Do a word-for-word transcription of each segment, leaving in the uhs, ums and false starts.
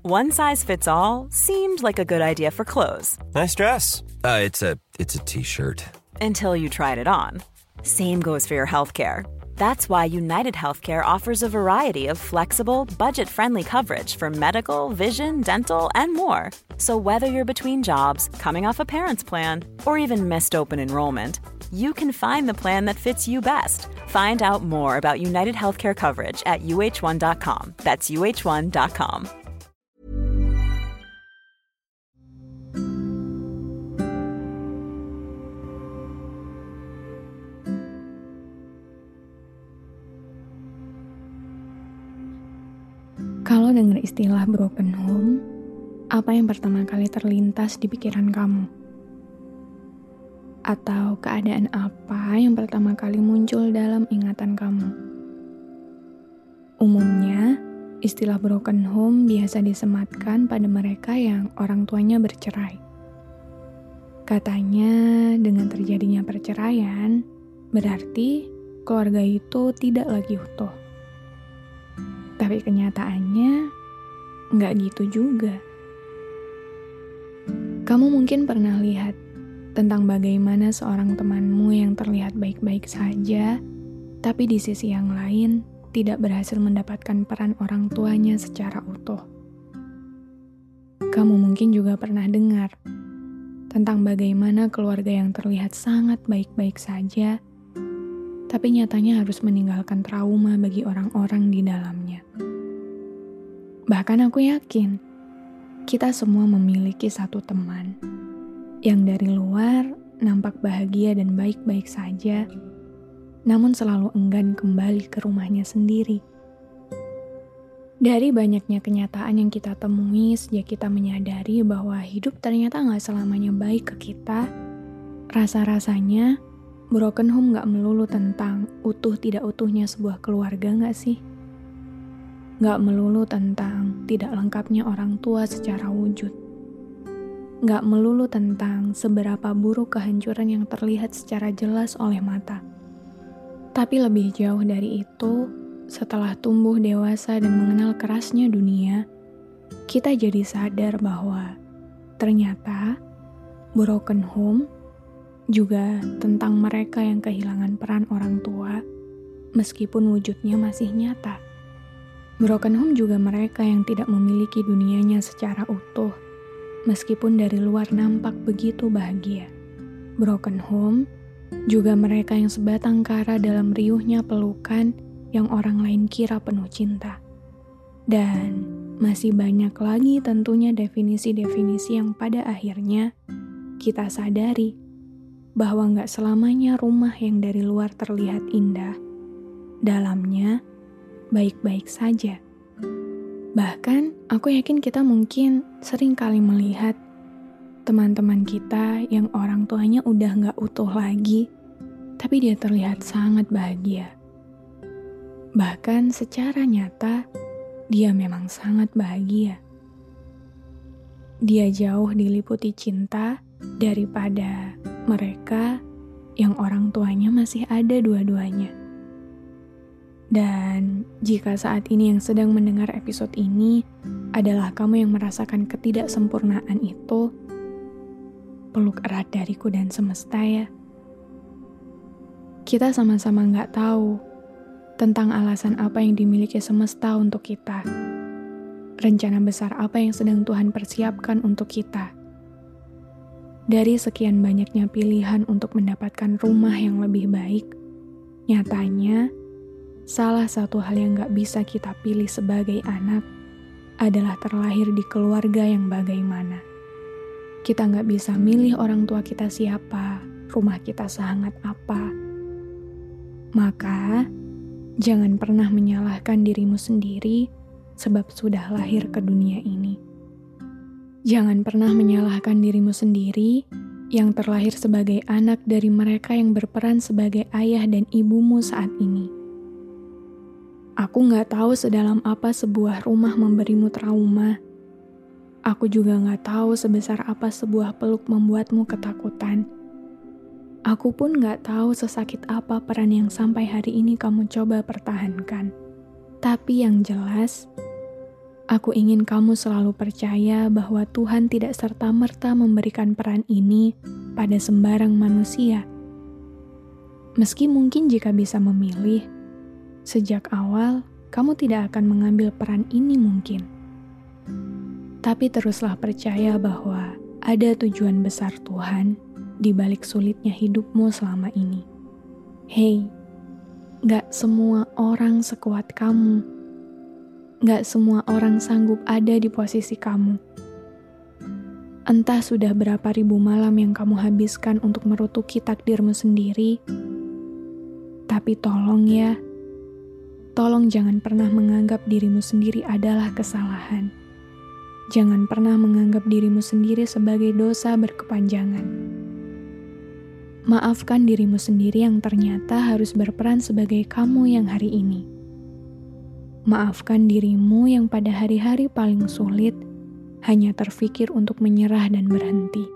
One size fits all seemed like a good idea for clothes. Nice dress. Uh, it's a it's a t-shirt. Until you tried it on. Same goes for your healthcare. That's why United Healthcare offers a variety of flexible, budget-friendly coverage for medical, vision, dental, and more. So whether you're between jobs, coming off a parent's plan, or even missed open enrollment, you can find the plan that fits you best. Find out more about United Healthcare coverage at U H one dot com. That's U H one dot com. Kalau dengar istilah broken home, apa yang pertama kali terlintas di pikiran kamu? Atau keadaan apa yang pertama kali muncul dalam ingatan kamu? Umumnya, istilah broken home biasa disematkan pada mereka yang orang tuanya bercerai. Katanya, dengan terjadinya perceraian, berarti keluarga itu tidak lagi utuh. Tapi kenyataannya, nggak gitu juga. Kamu mungkin pernah lihat tentang bagaimana seorang temanmu yang terlihat baik-baik saja, tapi di sisi yang lain tidak berhasil mendapatkan peran orang tuanya secara utuh. Kamu mungkin juga pernah dengar tentang bagaimana keluarga yang terlihat sangat baik-baik saja, tapi nyatanya harus meninggalkan trauma bagi orang-orang di dalamnya. Bahkan aku yakin, kita semua memiliki satu teman yang dari luar nampak bahagia dan baik-baik saja, namun selalu enggan kembali ke rumahnya sendiri. Dari banyaknya kenyataan yang kita temui sejak kita menyadari bahwa hidup ternyata gak selamanya baik ke kita, rasa-rasanya broken home gak melulu tentang utuh tidak utuhnya sebuah keluarga gak sih? Gak melulu tentang tidak lengkapnya orang tua secara wujud. Gak melulu tentang seberapa buruk kehancuran yang terlihat secara jelas oleh mata. Tapi lebih jauh dari itu, setelah tumbuh dewasa dan mengenal kerasnya dunia, kita jadi sadar bahwa ternyata broken home juga tentang mereka yang kehilangan peran orang tua, meskipun wujudnya masih nyata. Broken home juga mereka yang tidak memiliki dunianya secara utuh, meskipun dari luar nampak begitu bahagia. Broken home juga mereka yang sebatang kara dalam riuhnya pelukan yang orang lain kira penuh cinta. Dan masih banyak lagi tentunya definisi-definisi yang pada akhirnya kita sadari bahwa gak selamanya rumah yang dari luar terlihat indah, dalamnya baik-baik saja. Bahkan, aku yakin kita mungkin sering kali melihat teman-teman kita yang orang tuanya udah gak utuh lagi, tapi dia terlihat sangat bahagia. Bahkan secara nyata, dia memang sangat bahagia. Dia jauh diliputi cinta daripada mereka yang orang tuanya masih ada dua-duanya. Dan jika saat ini yang sedang mendengar episode ini adalah kamu yang merasakan ketidaksempurnaan itu, peluk erat dariku dan semesta ya. Kita sama-sama gak tahu tentang alasan apa yang dimiliki semesta untuk kita. Rencana besar apa yang sedang Tuhan persiapkan untuk kita. Dari sekian banyaknya pilihan untuk mendapatkan rumah yang lebih baik, nyatanya salah satu hal yang gak bisa kita pilih sebagai anak adalah terlahir di keluarga yang bagaimana. Kita gak bisa milih orang tua kita siapa, rumah kita sehangat apa. Maka, jangan pernah menyalahkan dirimu sendiri sebab sudah lahir ke dunia ini. Jangan pernah menyalahkan dirimu sendiri yang terlahir sebagai anak dari mereka yang berperan sebagai ayah dan ibumu saat ini. Aku gak tahu sedalam apa sebuah rumah memberimu trauma. Aku juga gak tahu sebesar apa sebuah peluk membuatmu ketakutan. Aku pun gak tahu sesakit apa peran yang sampai hari ini kamu coba pertahankan. Tapi yang jelas, Aku ingin kamu selalu percaya bahwa Tuhan tidak serta-merta memberikan peran ini pada sembarang manusia. Meski mungkin jika bisa memilih, sejak awal kamu tidak akan mengambil peran ini mungkin. Tapi teruslah percaya bahwa ada tujuan besar Tuhan di balik sulitnya hidupmu selama ini. Hei, gak semua orang sekuat kamu. Gak semua orang sanggup ada di posisi kamu. Entah sudah berapa ribu malam yang kamu habiskan untuk merutuki takdirmu sendiri, tapi tolong ya, tolong jangan pernah menganggap dirimu sendiri adalah kesalahan. Jangan pernah menganggap dirimu sendiri sebagai dosa berkepanjangan. Maafkan dirimu sendiri yang ternyata harus berperan sebagai kamu yang hari ini. Maafkan dirimu yang pada hari-hari paling sulit hanya terfikir untuk menyerah dan berhenti.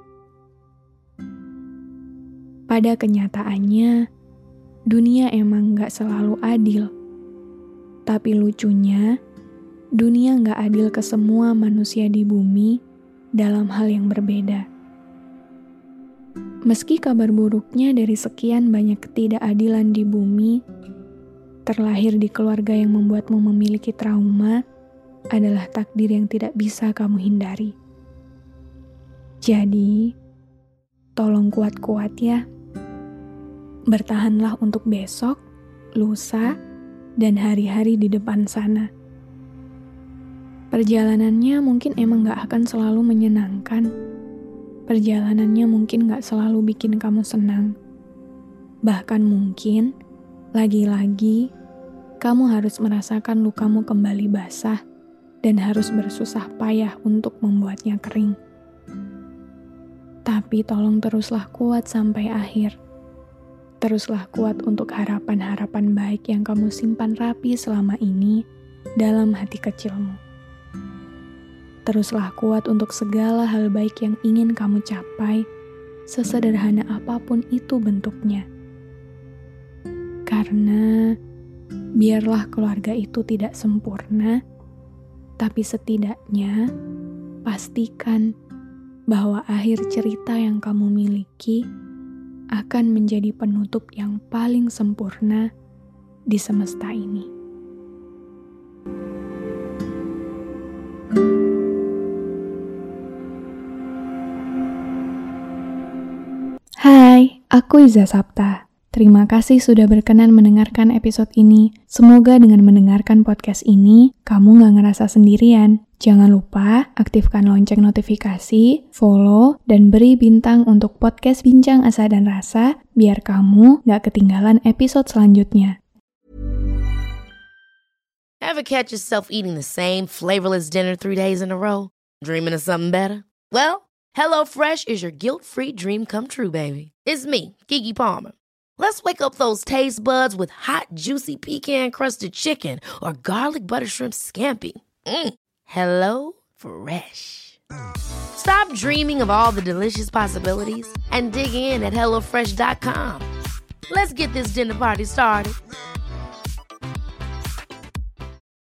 Pada kenyataannya, dunia emang gak selalu adil. Tapi lucunya, dunia gak adil ke semua manusia di bumi dalam hal yang berbeda. Meski kabar buruknya dari sekian banyak ketidakadilan di bumi, terlahir di keluarga yang membuatmu memiliki trauma adalah takdir yang tidak bisa kamu hindari. Jadi, tolong kuat-kuat ya. Bertahanlah untuk besok, lusa, dan hari-hari di depan sana. Perjalanannya mungkin emang gak akan selalu menyenangkan. Perjalanannya mungkin gak selalu bikin kamu senang. Bahkan mungkin, lagi-lagi, kamu harus merasakan lukamu kembali basah dan harus bersusah payah untuk membuatnya kering. Tapi tolong teruslah kuat sampai akhir. Teruslah kuat untuk harapan-harapan baik yang kamu simpan rapi selama ini dalam hati kecilmu. Teruslah kuat untuk segala hal baik yang ingin kamu capai, sesederhana apapun itu bentuknya. Karena biarlah keluarga itu tidak sempurna, tapi setidaknya pastikan bahwa akhir cerita yang kamu miliki akan menjadi penutup yang paling sempurna di semesta ini. Hai, aku Iza Sapta. Terima kasih sudah berkenan mendengarkan episode ini. Semoga dengan mendengarkan podcast ini, kamu gak ngerasa sendirian. Jangan lupa aktifkan lonceng notifikasi, follow, dan beri bintang untuk podcast Bincang Asa dan Rasa, biar kamu gak ketinggalan episode selanjutnya. Ever catch yourself eating the same flavorless dinner three days in a row? Dreaming of something better? Well, HelloFresh is your guilt-free dream come true, baby. It's me, Keke Palmer. Let's wake up those taste buds with hot, juicy pecan-crusted chicken or garlic butter shrimp scampi. Mm. Hello Fresh. Stop dreaming of all the delicious possibilities and dig in at hello fresh dot com. Let's get this dinner party started.